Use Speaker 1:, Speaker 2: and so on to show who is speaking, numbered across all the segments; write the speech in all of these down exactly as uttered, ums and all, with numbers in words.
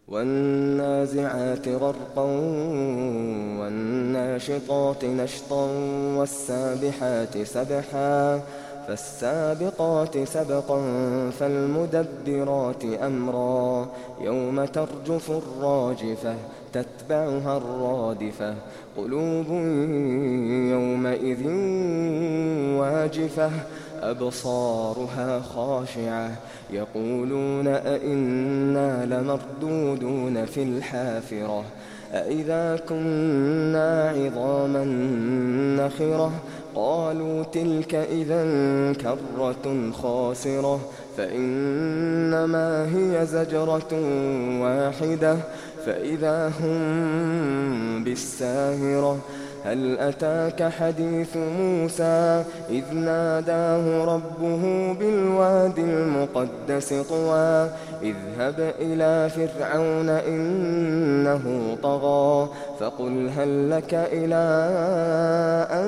Speaker 1: والنازعات غرقا والناشطات نشطا والسابحات سبحا فالسابقات سبقا فالمدبرات أمرا يوم ترجف الراجفة تتبعها الرادفة قلوب يومئذ واجفة أبصارها خاشعة يقولون أئنا لمردودون في الحافرة أئذا كنا عظاما نخرة قالوا تلك إذا كرة خاسرة فإنما هي زجرة واحدة فإذا هم بالساهرة هل أتاك حديث موسى إذ ناداه ربه بالوادي المقدس طوى اذهب إلى فرعون إنه طغى فقل هل لك إلى أن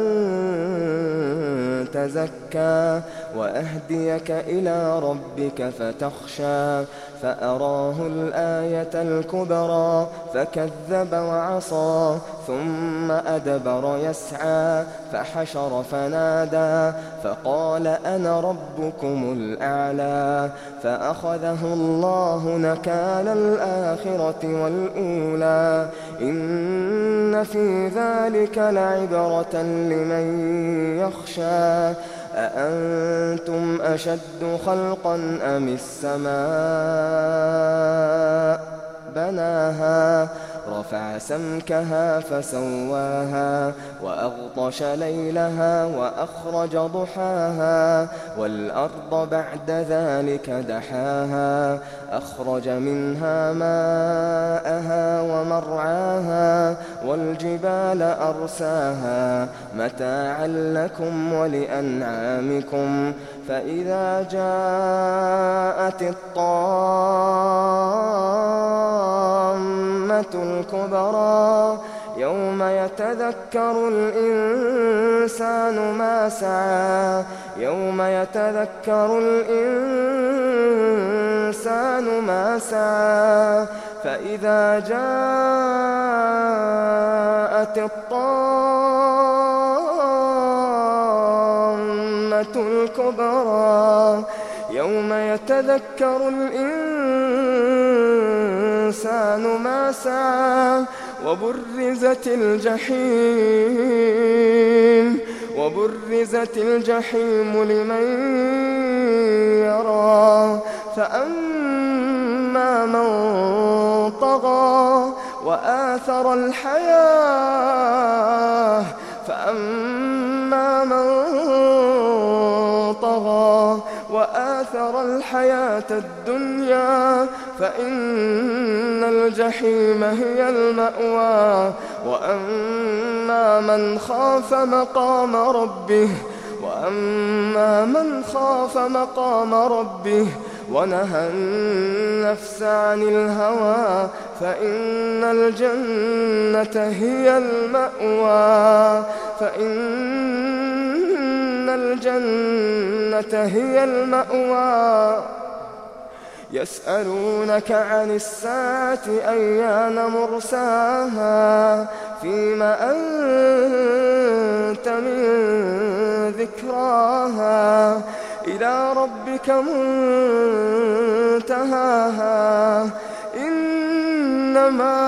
Speaker 1: تزكى وأهديك إلى ربك فتخشى فأراه الآية الكبرى فكذب وعصى ثم أدبر يسعى فحشر فنادى فقال أنا ربكم الأعلى فأخذه الله نكال الآخرة والأولى إن في ذلك لعبرة لمن يخشى أأنتم أشد خلقا أم السماء بناها رفع سمكها فسواها وأغطش ليلها وأخرج ضحاها والأرض بعد ذلك دحاها أخرج منها ماءها ومرعاها والجبال أرساها متاعا لكم ولأنعامكم فإذا جاءت الطامة الكبرى يوم يتذكر الإنسان ما سعى يوم يتذكر الإنسان ما سعى فإذا جاءت الطامة الكبرى يوم يتذكر الإنسان ما سعى وبرزت الجحيم وبرزت الجحيم لمن يرى فأما من طغى وآثر الحياة فأما من طغى وآثر الحياة الدنيا فإن الجحيم هي المأوى وأما من خاف مقام ربه وأما من خاف مقام ربه ونهى النفس عن الهوى فإن الجنة هي المأوى فإن الجنة هي المأوى يسألونك عن الساعة أيان مرساها فيم أنت من ذكراها إلى ربك منتهاها إنما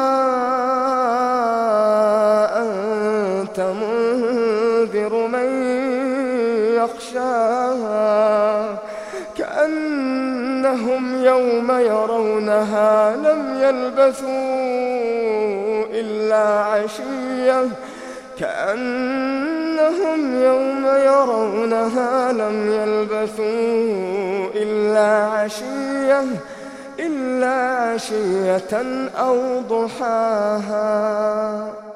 Speaker 1: أنت منذر من يخشاها كأنهم يوم يرونها لم يلبثوا إلا عشية كأنهم يوم يرونها لم يلبثوا إلا عشية إلا عشية أو ضحاها.